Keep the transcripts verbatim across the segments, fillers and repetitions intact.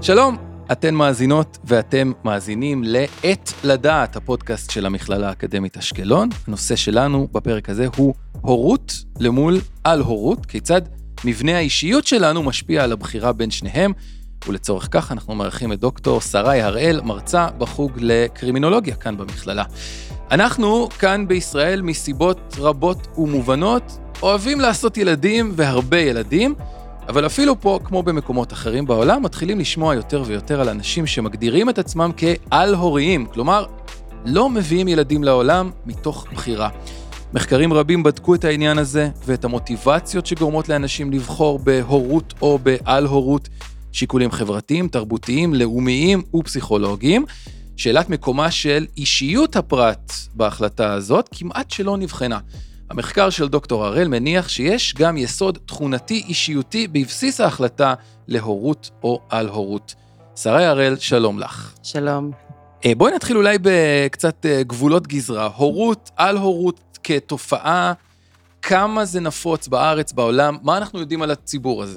שלום, אתן מאזינות ואתם מאזינים לעת לדעת, הפודקאסט של המכללה האקדמית אשקלון. הנושא שלנו בפרק הזה הוא הורות למול על הורות, כיצד מבנה האישיות שלנו משפיע על הבחירה בין שניהם, ולצורך כך אנחנו מארחים את דוקטור שרי הראל, מרצה בחוג לקרימינולוגיה כאן במכללה. אנחנו כאן בישראל מסיבות רבות ומובנות, אוהבים לעשות ילדים והרבה ילדים, אבל אפילו פה, כמו במקומות אחרים בעולם, מתחילים לשמוע יותר ויותר על אנשים שמגדירים את עצמם כעל-הוריים, כלומר, לא מביאים ילדים לעולם מתוך בחירה. מחקרים רבים בדקו את העניין הזה, ואת המוטיבציות שגורמות לאנשים לבחור בהורות או בעל-הורות, שיקולים חברתיים, תרבותיים, לאומיים ופסיכולוגיים. שאלת מקומה של אישיות הפרט בהחלטה הזאת כמעט שלא נבחנה. המחקר של דוקטור הראל מניח שיש גם יסוד תכונתי אישיותי בבסיס ההחלטה להורות או על הורות. שרי הראל, שלום לך. שלום. בואי נתחיל אולי בקצת גבולות גזרה. הורות, על הורות כתופעה, כמה זה נפוץ בארץ, בעולם, מה אנחנו יודעים על הציבור הזה?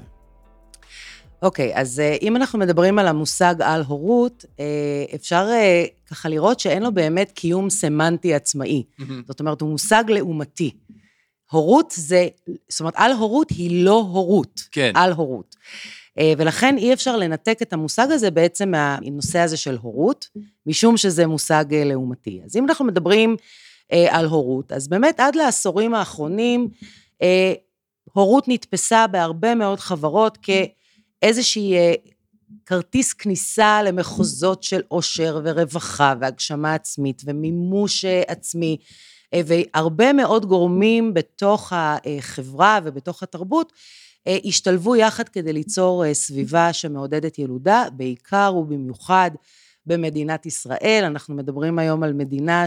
אוקיי, אז אם אנחנו מדברים על המושג על הורות, אפשר ככה לראות שאין לו באמת קיום סמנטי עצמאי. זאת אומרת, הוא מושג לעומתי. הורות זה, זאת אומרת, על הורות היא לא הורות. כן. על הורות. ולכן אי אפשר לנתק את המושג הזה בעצם מהנושא הזה של הורות, משום שזה מושג לעומתי. אז אם אנחנו מדברים על הורות, אז באמת עד לעשורים האחרונים, הורות נתפסה בהרבה מאוד חברות כ... איזושהי כרטיס כניסה למחוזות של עושר ורווחה והגשמה עצמית ומימוש עצמי, והרבה מאוד גורמים בתוך החברה ובתוך התרבות, השתלבו יחד כדי ליצור סביבה שמעודדת ילודה, בעיקר ובמיוחד במדינת ישראל. אנחנו מדברים היום על מדינה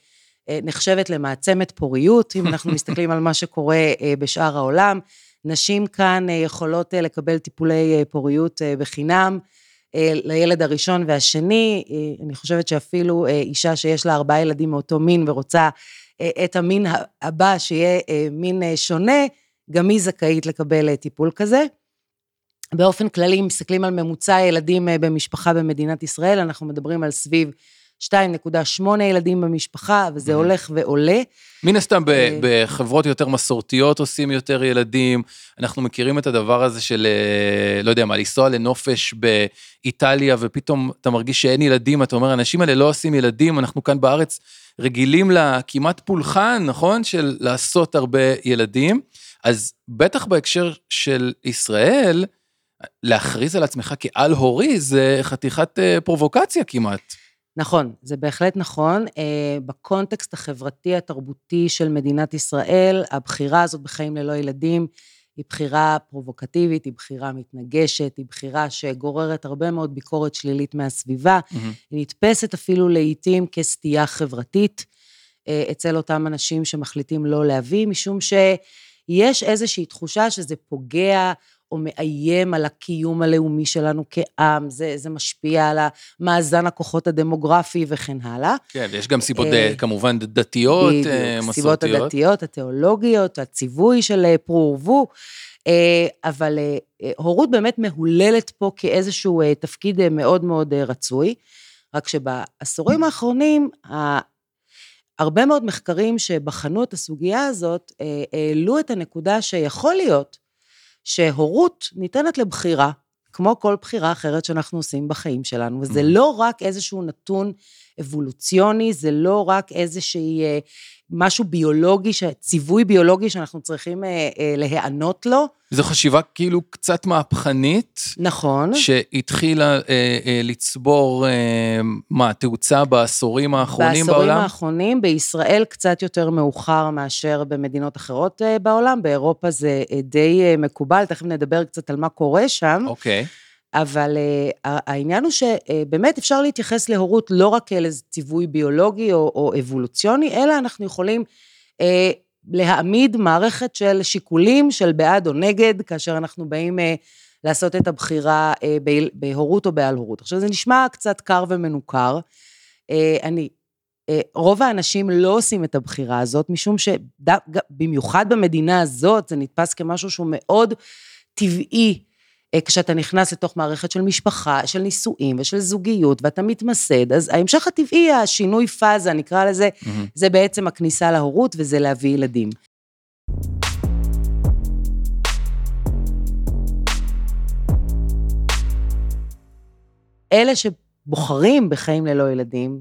שנחשבת למעצמת פוריות, אם אנחנו מסתכלים על מה שקורה בשאר העולם, נשים כאן יכולות לקבל טיפולי פוריות בחינם, לילד הראשון והשני, אני חושבת שאפילו אישה שיש לה ארבעה ילדים מאותו מין, ורוצה את המין הבא שיהיה מין שונה, גם היא זכאית לקבל טיפול כזה. באופן כללי, אם מסתכלים על ממוצע ילדים במשפחה במדינת ישראל, אנחנו מדברים על סביב שתיים נקודה שמונה ילדים במשפחה, וזה הולך ועולה. מן הסתם בחברות יותר מסורתיות עושים יותר ילדים, אנחנו מכירים את הדבר הזה של, לא יודע מה, לנסוע לנופש באיטליה, ופתאום אתה מרגיש שאין ילדים, אתה אומר, אנשים האלה לא עושים ילדים, אנחנו כאן בארץ רגילים לה כמעט פולחן, נכון? של לעשות הרבה ילדים, אז בטח בהקשר של ישראל, להכריז על עצמך כעל הורי, זה חתיכת פרובוקציה כמעט. נכון, זה בהחלט נכון. בקונטקסט החברתי התרבותי של מדינת ישראל, הבחירה הזאת בחיים ללא ילדים, היא בחירה פרובוקטיבית, היא בחירה מתנגשת, היא בחירה שגוררת הרבה מאוד ביקורת שלילית מהסביבה, mm-hmm. היא נתפסת אפילו לעתים כסטייה חברתית, אצל אותם אנשים שמחליטים לא להביא, משום שיש איזושהי תחושה שזה פוגע, או מאיים על הקיום הלאומי שלנו כעם, זה, זה משפיע על המאזן הכוחות הדמוגרפי וכן הלאה. כן, ויש גם סיבות כמובן דתיות, מסורתיות. סיבות הדתיות, התיאולוגיות, הציווי של פרו ורבו, אבל הורות באמת מהוללת פה כאיזשהו תפקיד מאוד מאוד רצוי, רק שבעשורים האחרונים, הרבה מאוד מחקרים שבחנו את הסוגיה הזאת, העלו את הנקודה שיכול להיות, שהורות ניתנת לבחירה, כמו כל בחירה אחרת שאנחנו עושים בחיים שלנו, וזה לא רק איזשהו נתון אבולוציוני, זה לא רק איזושהי משהו ביולוגי, ציווי ביולוגי שאנחנו צריכים להיענות לו. זו חשיבה כאילו קצת מהפכנית. נכון. שהתחילה לצבור, מה, תאוצה בעשורים האחרונים בעולם? בעשורים האחרונים, בישראל קצת יותר מאוחר מאשר במדינות אחרות בעולם, באירופה זה די מקובל, תכף נדבר קצת על מה קורה שם. אוקיי. אבל uh, העניין הוא שבאמת אפשר להתייחס להורות לא רק כאל ציווי ביולוגי או, או אבולוציוני, אלא אנחנו יכולים uh, להעמיד מערכת של שיקולים של בעד או נגד, כאשר אנחנו באים uh, לעשות את הבחירה uh, בהורות או בעל הורות. עכשיו זה נשמע קצת קר ומנוכר, uh, אני, uh, רוב האנשים לא עושים את הבחירה הזאת, משום שבמיוחד במדינה הזאת זה נתפס כמשהו שהוא מאוד טבעי, כשאתה נכנס לתוך מערכת של משפחה, של נישואים ושל זוגיות, ואתה מתמסד, אז ההמשך הטבעי, השינוי פאזה, נקרא לזה, mm-hmm. זה בעצם הכניסה להורות, וזה להביא ילדים. אלה שבוחרים בחיים ללא ילדים,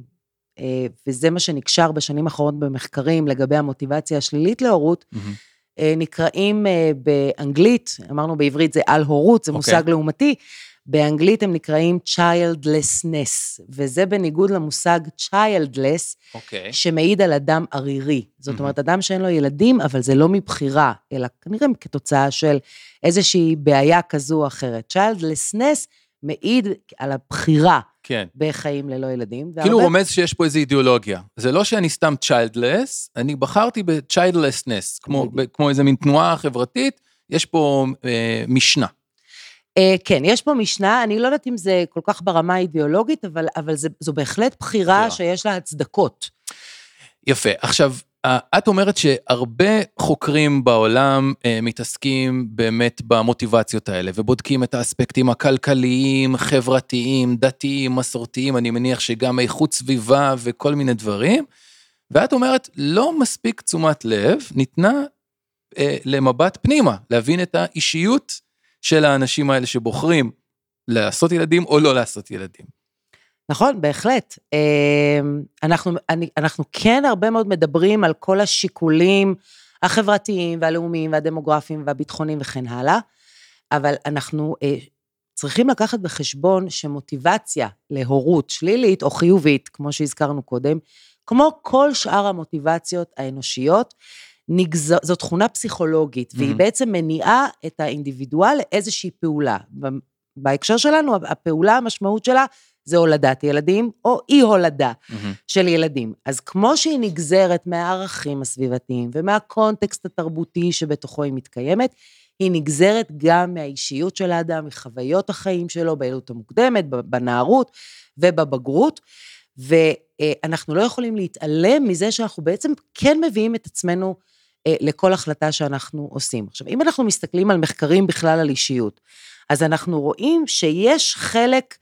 וזה מה שנקשר בשנים האחרונות במחקרים, לגבי המוטיבציה השלילית להורות, mm-hmm. נקראים באנגלית, אמרנו בעברית זה על הורות, זה okay. מושג לעומתי, באנגלית הם נקראים childlessness, וזה בניגוד למושג childless, okay. שמעיד על אדם ערירי. זאת mm-hmm. אומרת, אדם שאין לו ילדים, אבל זה לא מבחירה, אלא כנראה כתוצאה של איזושהי בעיה כזו או אחרת. childlessness מעיד על הבחירה כן. בחיים ללא ילדים. כאילו והרבה... רומז שיש פה איזו אידיאולוגיה. זה לא שאני סתם childless, אני בחרתי ב-childlessness, כמו, ב- כמו איזו מין תנועה חברתית, יש פה אה, משנה. אה, כן, יש פה משנה, אני לא יודעת אם זה כל כך ברמה האידיאולוגית, אבל, אבל זה, זו בהחלט בחירה yeah. שיש לה הצדקות. יפה, עכשיו, את אומרת שהרבה חוקרים בעולם מתעסקים באמת במוטיבציות האלה, ובודקים את האספקטים הכלכליים, חברתיים, דתיים, מסורתיים, אני מניח שגם איכות סביבה וכל מיני דברים, ואת אומרת, לא מספיק תשומת לב, ניתנה אה, למבט פנימה, להבין את האישיות של האנשים האלה שבוחרים לעשות ילדים או לא לעשות ילדים. נכון, בהחלט. אנחנו, אני, אנחנו כן הרבה מאוד מדברים על כל השיקולים החברתיים והלאומיים והדמוגרפיים והביטחוניים וכן הלאה, אבל אנחנו צריכים לקחת בחשבון שמוטיבציה להורות שלילית או חיובית, כמו שהזכרנו קודם, כמו כל שאר המוטיבציות האנושיות, נגזר, זו תכונה פסיכולוגית, והיא בעצם מניעה את האינדיבידואל לאיזושהי פעולה. בהקשר שלנו, הפעולה, המשמעות שלה, זה הולדת ילדים, או אי הולדה mm-hmm. של ילדים. אז כמו שהיא נגזרת מהערכים הסביבתיים, ומהקונטקסט התרבותי שבתוכו היא מתקיימת, היא נגזרת גם מהאישיות של האדם, מחוויות החיים שלו, בילדות המוקדמת, בנערות ובבגרות, ואנחנו לא יכולים להתעלם מזה שאנחנו בעצם כן מביאים את עצמנו לכל החלטה שאנחנו עושים. עכשיו, אם אנחנו מסתכלים על מחקרים בכלל על אישיות, אז אנחנו רואים שיש חלק,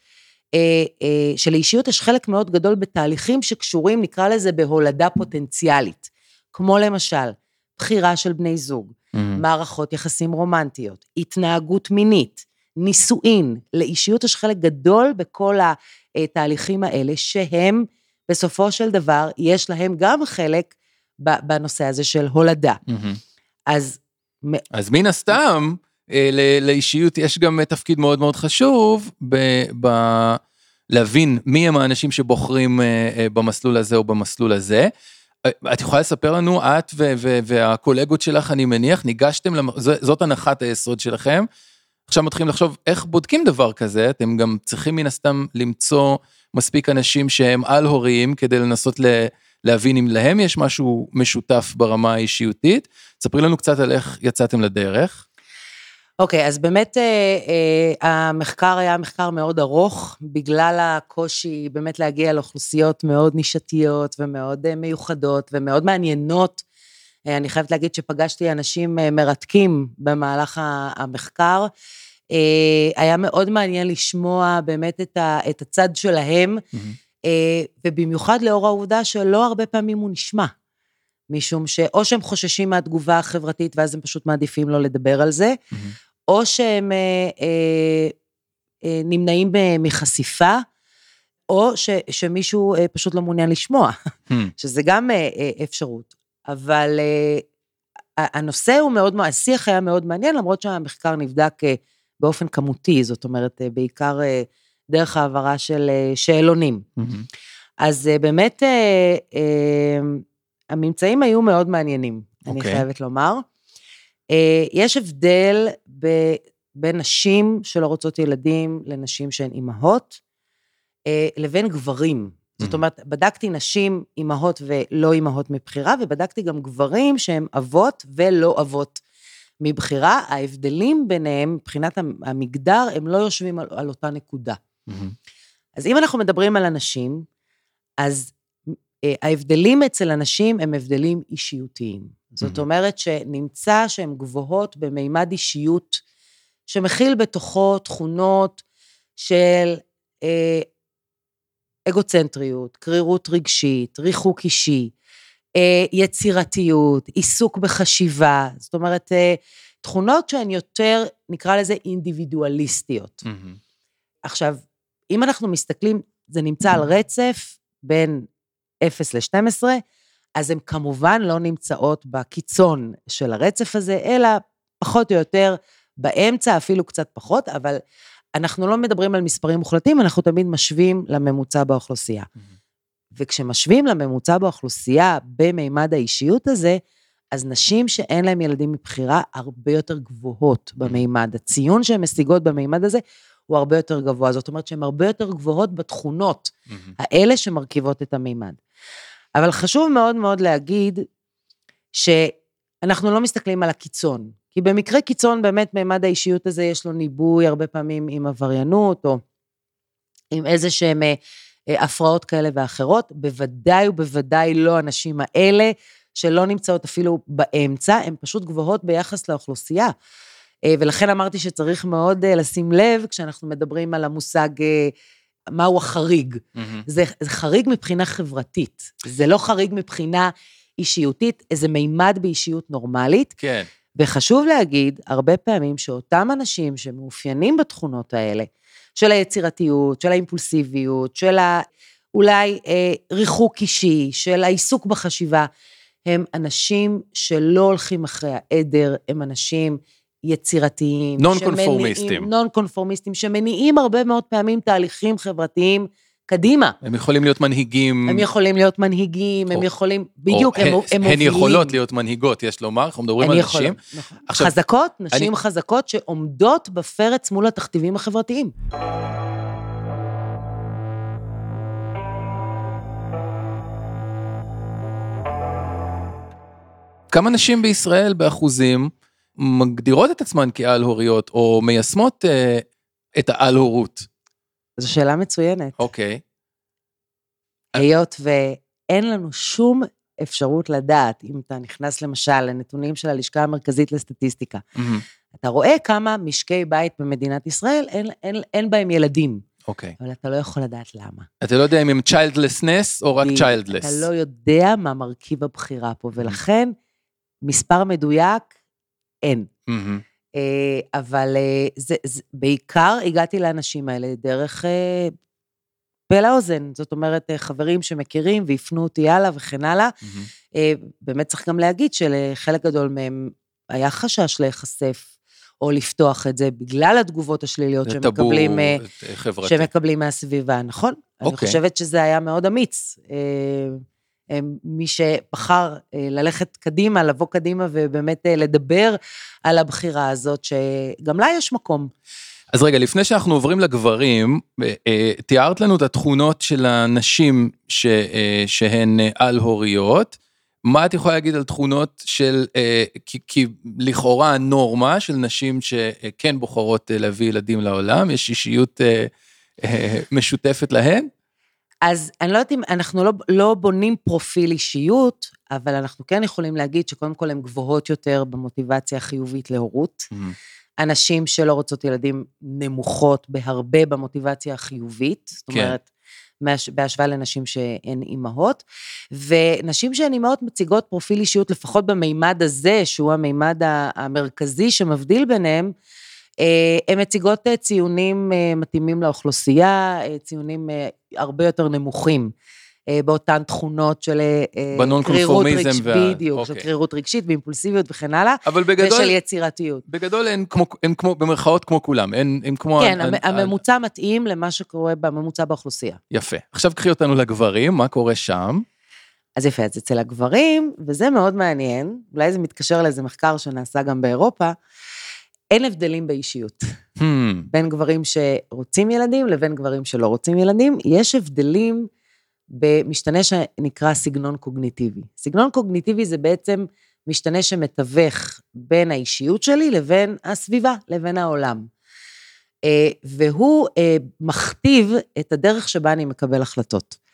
של האישיות יש חלק מאוד גדול בתהליכים שקשורים, נקרא לזה בהולדה פוטנציאלית, כמו למשל, בחירה של בני זוג, mm-hmm. מערכות יחסים רומנטיות, התנהגות מינית, נישואין, לאישיות יש חלק גדול בכל התהליכים האלה, שהם בסופו של דבר, יש להם גם חלק בנושא הזה של הולדה. Mm-hmm. אז... אז מן הסתם, לאישיות יש גם תפקיד מאוד מאוד חשוב, ב- ב- להבין מי הם האנשים שבוחרים במסלול הזה או במסלול הזה. את יכולה לספר לנו, את ו- ו- והקולגות שלך, אני מניח, ניגשתם, למ- זאת הנחת היסוד שלכם, עכשיו מתחילים לחשוב איך בודקים דבר כזה, אתם גם צריכים מן הסתם למצוא מספיק אנשים שהם על הוריים, כדי לנסות ל- להבין אם להם יש משהו משותף ברמה האישיותית. ספרי לנו קצת על איך יצאתם לדרך. אוקיי, אז באמת המחקר היה מחקר מאוד ארוך, בגלל הקושי באמת להגיע לאוכלוסיות מאוד נישתיות ומאוד מיוחדות ומאוד מעניינות. אני חייבת להגיד שפגשתי אנשים מרתקים במהלך המחקר, היה מאוד מעניין לשמוע באמת את הצד שלהם, ובמיוחד לאור העובדה שלא הרבה פעמים הוא נשמע, משום שאו שהם חוששים מהתגובה החברתית, ואז הם פשוט מעדיפים לא לדבר על זה, או שהם אה, אה, נמנעים מחשיפה, או ש, שמישהו אה, פשוט לא מעוניין לשמוע, שזה גם אה, אה, אפשרות. אבל אה, הנושא הוא מאוד, השיח היה מאוד מעניין, למרות שהמחקר נבדק אה, באופן כמותי, זאת אומרת, אה, בעיקר אה, דרך העברה של אה, שאלונים. אז אה, באמת, אה, אה, הממצאים היו מאוד מעניינים, okay. אני חייבת לומר. יש הבדל בין נשים שלא רוצות ילדים, לנשים שהן אימהות, לבין גברים. זאת אומרת, בדקתי נשים אימהות ולא אימהות מבחירה, ובדקתי גם גברים שהם אבות ולא אבות מבחירה. ההבדלים ביניהם, מבחינת המגדר, הם לא יושבים על, על אותה נקודה. אז אם אנחנו מדברים על אנשים, אז ההבדלים אצל אנשים הם הבדלים אישיותיים. זאת אומרת שנמצא שהן גבוהות במימד אישיות שמכיל בתוכו תכונות של אה, אגוצנטריות, קרירות רגשית, ריחוק אישי, אה, יצירתיות, עיסוק בחשיבה, זאת אומרת, אה, תכונות שהן יותר, נקרא לזה אינדיבידואליסטיות. Mm-hmm. עכשיו, אם אנחנו מסתכלים, זה נמצא על רצף בין אפס ל-שתים עשרה, אז הן כמובן לא נמצאות בקיצון של הרצף הזה, אלא פחות או יותר באמצע, אפילו קצת פחות, אבל אנחנו לא מדברים על מספרים מוחלטים, אנחנו תמיד משווים לממוצע באוכלוסייה. Mm-hmm. וכשמשווים לממוצע באוכלוסייה, במימד האישיות הזה, אז נשים שאין להם ילדים מבחירה, הרבה יותר גבוהות במימד. הציון שהן משיגות במימד הזה, הוא הרבה יותר גבוה. זאת אומרת שהן הרבה יותר גבוהות בתכונות, mm-hmm. האלה שמרכיבות את המימד. אבל חשוב מאוד מאוד להגיד, שאנחנו לא מסתכלים על הקיצון, כי במקרה קיצון באמת מימד האישיות הזה, יש לו ניבוי הרבה פעמים עם עבריינות, או עם איזה שהן הפרעות כאלה ואחרות, בוודאי ובוודאי לא הנשים האלה, שלא נמצאות אפילו באמצע, הן פשוט גבוהות ביחס לאוכלוסייה, ולכן אמרתי שצריך מאוד לשים לב, כשאנחנו מדברים על המושג, מהו החריג, mm-hmm. זה, זה חריג מבחינה חברתית, זה לא חריג מבחינה אישיותית, איזה מימד באישיות נורמלית, כן. וחשוב להגיד, הרבה פעמים שאותם אנשים שמאופיינים בתכונות האלה, של היצירתיות, של האימפולסיביות, של ה, אולי אה, ריחוק אישי, של העיסוק בחשיבה, הם אנשים שלא הולכים אחרי העדר, הם אנשים יצירתיים, נון קונפורמיסטים. נון קונפורמיסטים, שמניעים הרבה מאוד פעמים תהליכים חברתיים קדימה. הם יכולים להיות מנהיגים. הם יכולים להיות מנהיגים, הם יכולים, בדיוק, הם מובילים. הן יכולות להיות מנהיגות, יש לומר, אנחנו מדברים על נשים. חזקות, נשים חזקות שעומדות בפרץ מול התכתיבים החברתיים. כמה נשים בישראל באחוזים מגדירות את עצמן כעל הוריות, או מיישמות אה, את העל הורות? זו שאלה מצוינת. אוקיי. היות ואין לנו שום אפשרות לדעת, אם אתה נכנס למשל לנתונים של הלשכה המרכזית לסטטיסטיקה, mm-hmm. אתה רואה כמה משקי בית במדינת ישראל, אין, אין, אין בהם ילדים. אוקיי. אבל אתה לא יכול לדעת למה. אתה לא יודע אם הם childlessness או רק childless. אתה לא יודע מה מרכיב הבחירה פה, ולכן מספר מדויק אין. Mm-hmm. אבל זה, זה, בעיקר הגעתי לאנשים האלה דרך פה לאוזן, זאת אומרת חברים שמכירים ויפנו אותי הלאה וכן הלאה, mm-hmm. באמת צריך גם להגיד שלחלק גדול מהם היה חשש להיחשף, או לפתוח את זה בגלל התגובות השליליות שמקבלים, שמקבלים מהסביבה, נכון? Okay. אני חושבת שזה היה מאוד אמיץ, מי שבחר ללכת קדימה, לבוא קדימה ובאמת לדבר על הבחירה הזאת, שגם לה יש מקום. אז רגע, לפני שאנחנו עוברים לגברים, תיארת לנו את התכונות של הנשים ש, שהן על-הוריות, מה את יכולה להגיד על תכונות של, כי, כי לכאורה הנורמה של נשים שכן בוחרות להביא ילדים לעולם, יש אישיות משותפת להן? אז אני לא יודעת אם, אנחנו לא, לא בונים פרופיל אישיות, אבל אנחנו כן יכולים להגיד שקודם כל הן גבוהות יותר במוטיבציה החיובית להורות, mm-hmm. אנשים שלא רוצות ילדים נמוכות בהרבה במוטיבציה החיובית, זאת אומרת, כן. בהשוואה לנשים שהן אימהות, ונשים שהן אימהות מציגות פרופיל אישיות, לפחות במימד הזה, שהוא המימד המרכזי שמבדיל ביניהם, הן מציגות ציונים מתאימים לאוכלוסייה, ציונים הרבה יותר נמוכים, באותן תכונות של קרירות רגשית, בדיוק, של קרירות רגשית ואימפולסיביות וכן הלאה, ושל יצירתיות. בגדול הן כמו, במרכאות כמו כולם, הן כמו... כן, הממוצע מתאים למה שקורה בממוצע באוכלוסייה. יפה. עכשיו קחי אותנו לגברים, מה קורה שם? אז יפה, אז אצל הגברים, וזה מאוד מעניין, אולי זה מתקשר לאיזה מחקר שנעשה גם באירופה, אין הבדלים באישיות. Hmm. בין גברים שרוצים ילדים לבין גברים שלא רוצים ילדים, יש הבדלים במשתנה שנקרא סגנון קוגניטיבי. סגנון קוגניטיבי זה בעצם משתנה שמתווך בין האישיות שלי לבין הסביבה, לבין העולם. והוא מכתיב את הדרך שבה אני מקבל החלטות.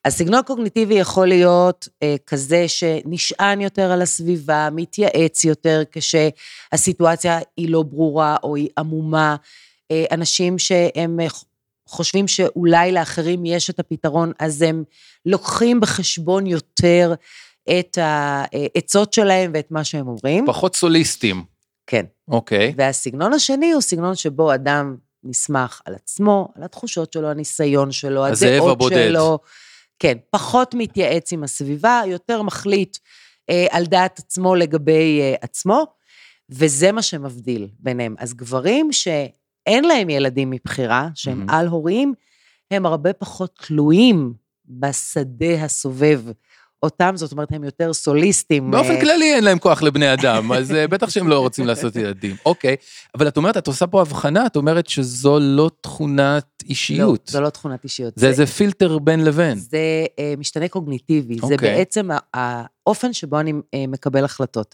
אז סגנון קוגניטיבי יכול להיות אה, כזה שנשען יותר על הסביבה, מתייעץ יותר כשהסיטואציה היא לא ברורה או היא עמומה, אה, אנשים שהם חושבים שאולי לאחרים יש את הפתרון, אז הם לוקחים בחשבון יותר את העצות שלהם ואת מה שהם אומרים. פחות סוליסטים. כן. אוקיי. והסגנון השני הוא סגנון שבו אדם נסמך על עצמו, על התחושות שלו, הניסיון שלו, הדעות שלו. כן, פחות מתייעץ עם הסביבה, יותר מחליט אה, על דעת עצמו לגבי אה, עצמו, וזה מה שמבדיל ביניהם. אז גברים שאין להם ילדים מבחירה, שהם mm-hmm. על הוריים, הם הרבה פחות תלויים בשדה הסובב אותם, זאת אומרת, הם יותר סוליסטים. באופן כללי אין להם כוח לבני אדם, אז בטח שהם לא רוצים לעשות ילדים. אוקיי, אבל את אומרת, את עושה פה הבחנה, את אומרת שזו לא תכונת אישיות. לא, זו לא תכונת אישיות. זה איזה פילטר בין לבין. זה משתנה קוגניטיבי, זה בעצם האופן שבו אני מקבל החלטות.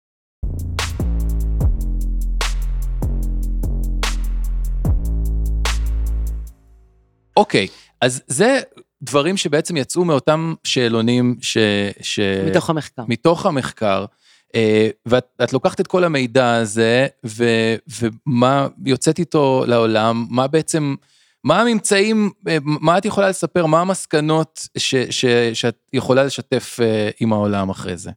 אוקיי, אז זה דברים שבעצם יצאו מאותם שאלונים ש... ש... מתוך המחקר. מתוך המחקר, ואת את לוקחת את כל המידע הזה, ו, ומה יוצאת איתו לעולם, מה בעצם, מה הממצאים, מה את יכולה לספר, מה המסקנות ש, ש, שאת יכולה לשתף עם העולם אחרי זה?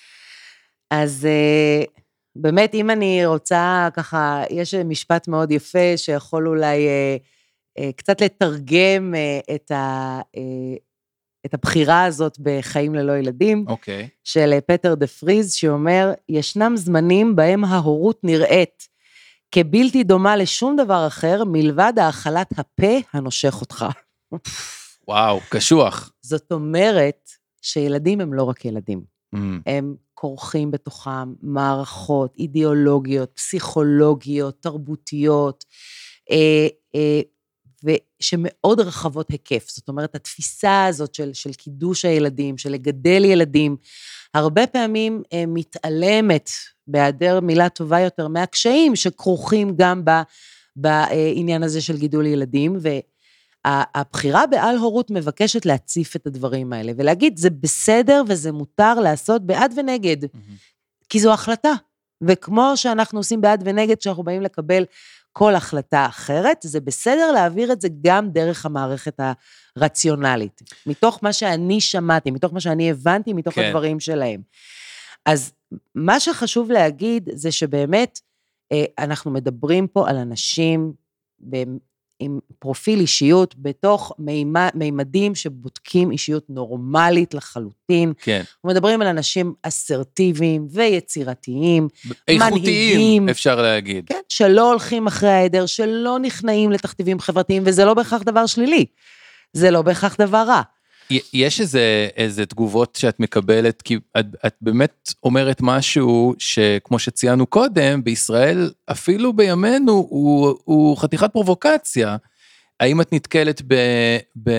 אז באמת, אם אני רוצה ככה, יש משפט מאוד יפה, שיכול אולי קצת לתרגם את ה... את הבחירה הזאת בחיים ללא ילדים, okay. של פטר דה פריז, שאומר, ישנם זמנים בהם ההורות נראית כבלתי דומה לשום דבר אחר, מלבד האכלת הפה הנושך אותך. וואו, קשוח. זאת אומרת, שילדים הם לא רק ילדים. Mm. הם כורכים בתוכם מערכות, אידיאולוגיות, פסיכולוגיות, תרבותיות, אה, אה, ושמאוד רחבות היקף, זאת אומרת, התפיסה הזאת של, של קידוש הילדים, של לגדל ילדים, הרבה פעמים מתעלמת, בהיעדר מילה טובה יותר, מהקשיים שכרוכים גם בעניין הזה של גידול ילדים, והבחירה בעל הורות מבקשת להציף את הדברים האלה, ולהגיד, זה בסדר וזה מותר לעשות בעד ונגד, mm-hmm. כי זו החלטה, וכמו שאנחנו עושים בעד ונגד, כשאנחנו באים לקבל כל החלטה אחרת, זה בסדר להעביר את זה גם דרך המערכת הרציונלית, מתוך מה שאני שמעתי, מתוך מה שאני הבנתי, מתוך כן. הדברים שלהם. אז מה שחשוב להגיד, זה שבאמת, אנחנו מדברים פה על אנשים, עם פרופיל אישיות, בתוך מימדים שבודקים אישיות נורמלית לחלוטין. כן. אנחנו מדברים על אנשים אסרטיביים ויצירתיים, איכותיים, מנהיגים, אפשר להגיד. כן, שלא הולכים אחרי העדר, שלא נכנעים לתכתיבים חברתיים, וזה לא בהכרח דבר שלילי, זה לא בהכרח דבר רע. יש איזה, איזה תגובות שאת מקבלת, כי את, את באמת אומרת משהו שכמו שציינו קודם, בישראל אפילו בימינו הוא, הוא חתיכת פרובוקציה. האם את נתקלת ב, ב,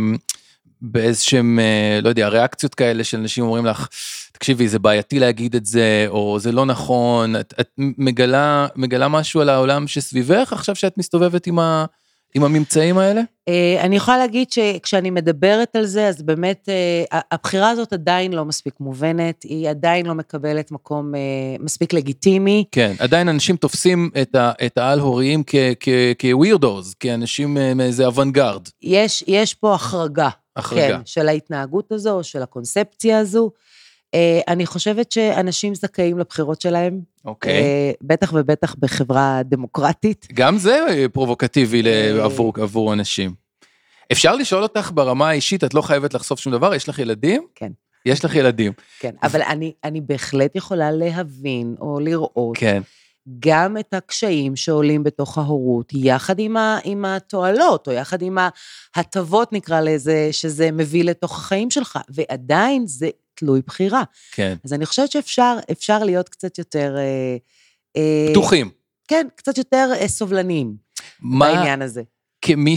באיזשהם, לא יודע, ריאקציות כאלה של אנשים אומרים לך, תקשיבי, זה בעייתי להגיד את זה, או זה לא נכון, את, את מגלה, מגלה משהו על העולם שסביבך, עכשיו שאת מסתובבת עם ה... עם הממצאים האלה? אני יכולה להגיד שכשאני מדברת על זה, אז באמת הבחירה הזאת עדיין לא מספיק מובנת, היא עדיין לא מקבלת מקום מספיק לגיטימי. כן, עדיין אנשים תופסים את העל-הוריים כווירדוז, כאנשים מאיזה אוונגרד. יש, יש פה החרגה, החרגה. כן, של ההתנהגות הזו, של הקונספציה הזו. אני חושבת שאנשים זכאים לבחירות שלהם, אוקיי. בטח ובטח בחברה דמוקרטית. גם זה פרובוקטיבי עבור, עבור אנשים. אפשר לשאול אותך ברמה האישית, את לא חייבת לחשוף שום דבר, יש לך ילדים? כן. יש לך ילדים. כן, אבל אני, אני בהחלט יכולה להבין או לראות, כן. גם את הקשיים שעולים בתוך ההורות, יחד עם, ה, עם התועלות, או יחד עם ההטבות נקרא לזה, שזה מביא לתוך החיים שלך, ועדיין זה תלוי בחירה. כן. אז אני חושבת שאפשר, אפשר להיות קצת יותר... פתוחים. אה, כן, קצת יותר אה, סובלניים מה, בעניין הזה. כמי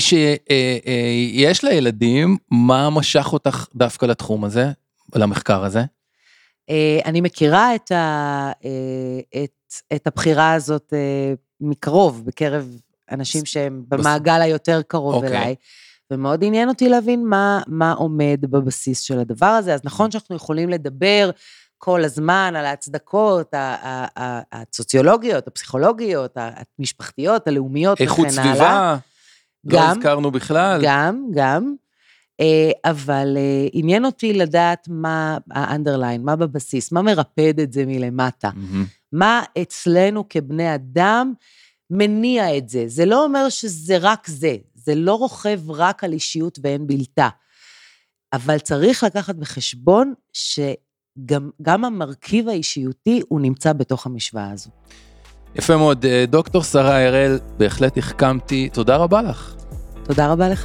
שיש לה ילדים, מה משך אותך דווקא לתחום הזה, למחקר הזה? אה, אני מכירה את, ה, אה, את, את הבחירה הזאת אה, מקרוב, בקרב אנשים שהם במעגל היותר קרוב אוקיי. אליי, ומאוד עניין אותי להבין מה, מה עומד בבסיס של הדבר הזה. אז נכון שאנחנו יכולים לדבר כל הזמן על ההצדקות הסוציולוגיות, הפסיכולוגיות, המשפחתיות, הלאומיות וכן הלאה. איכות סביבה, לא הזכרנו בכלל. גם, גם. אבל עניין אותי לדעת מה ה-underline, מה בבסיס, מה מרפד את זה מלמטה. מה אצלנו כבני אדם מניע את זה. זה לא אומר שזה רק זה. זה לא רוכב רק על אישיות ואין בלתה. אבל צריך לקחת בחשבון שגם גם המרכיב האישיותי הוא נמצא בתוך המשוואה הזו. יפה מאוד. דוקטור שרה הראל, בהחלט החכמתי. תודה רבה לך. תודה רבה לך.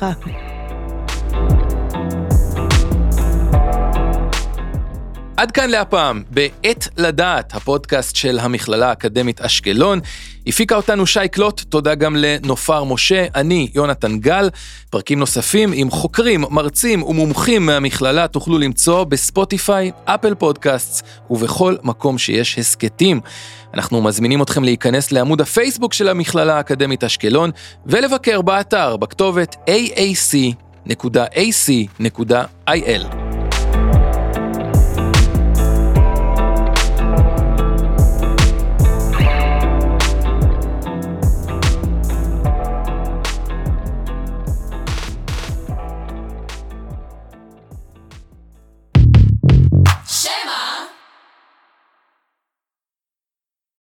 עד כאן להפעם, בעת לדעת, הפודקאסט של המכללה האקדמית אשקלון. הפיקה אותנו שי קלוט, תודה גם לנופר משה, אני יונתן גל. פרקים נוספים עם חוקרים, מרצים ומומחים מהמכללה תוכלו למצוא בספוטיפיי, אפל פודקאסטס ובכל מקום שיש הסקטים. אנחנו מזמינים אתכם להיכנס לעמוד הפייסבוק של המכללה האקדמית אשקלון ולבקר באתר בכתובת a a c dot a c dot i l.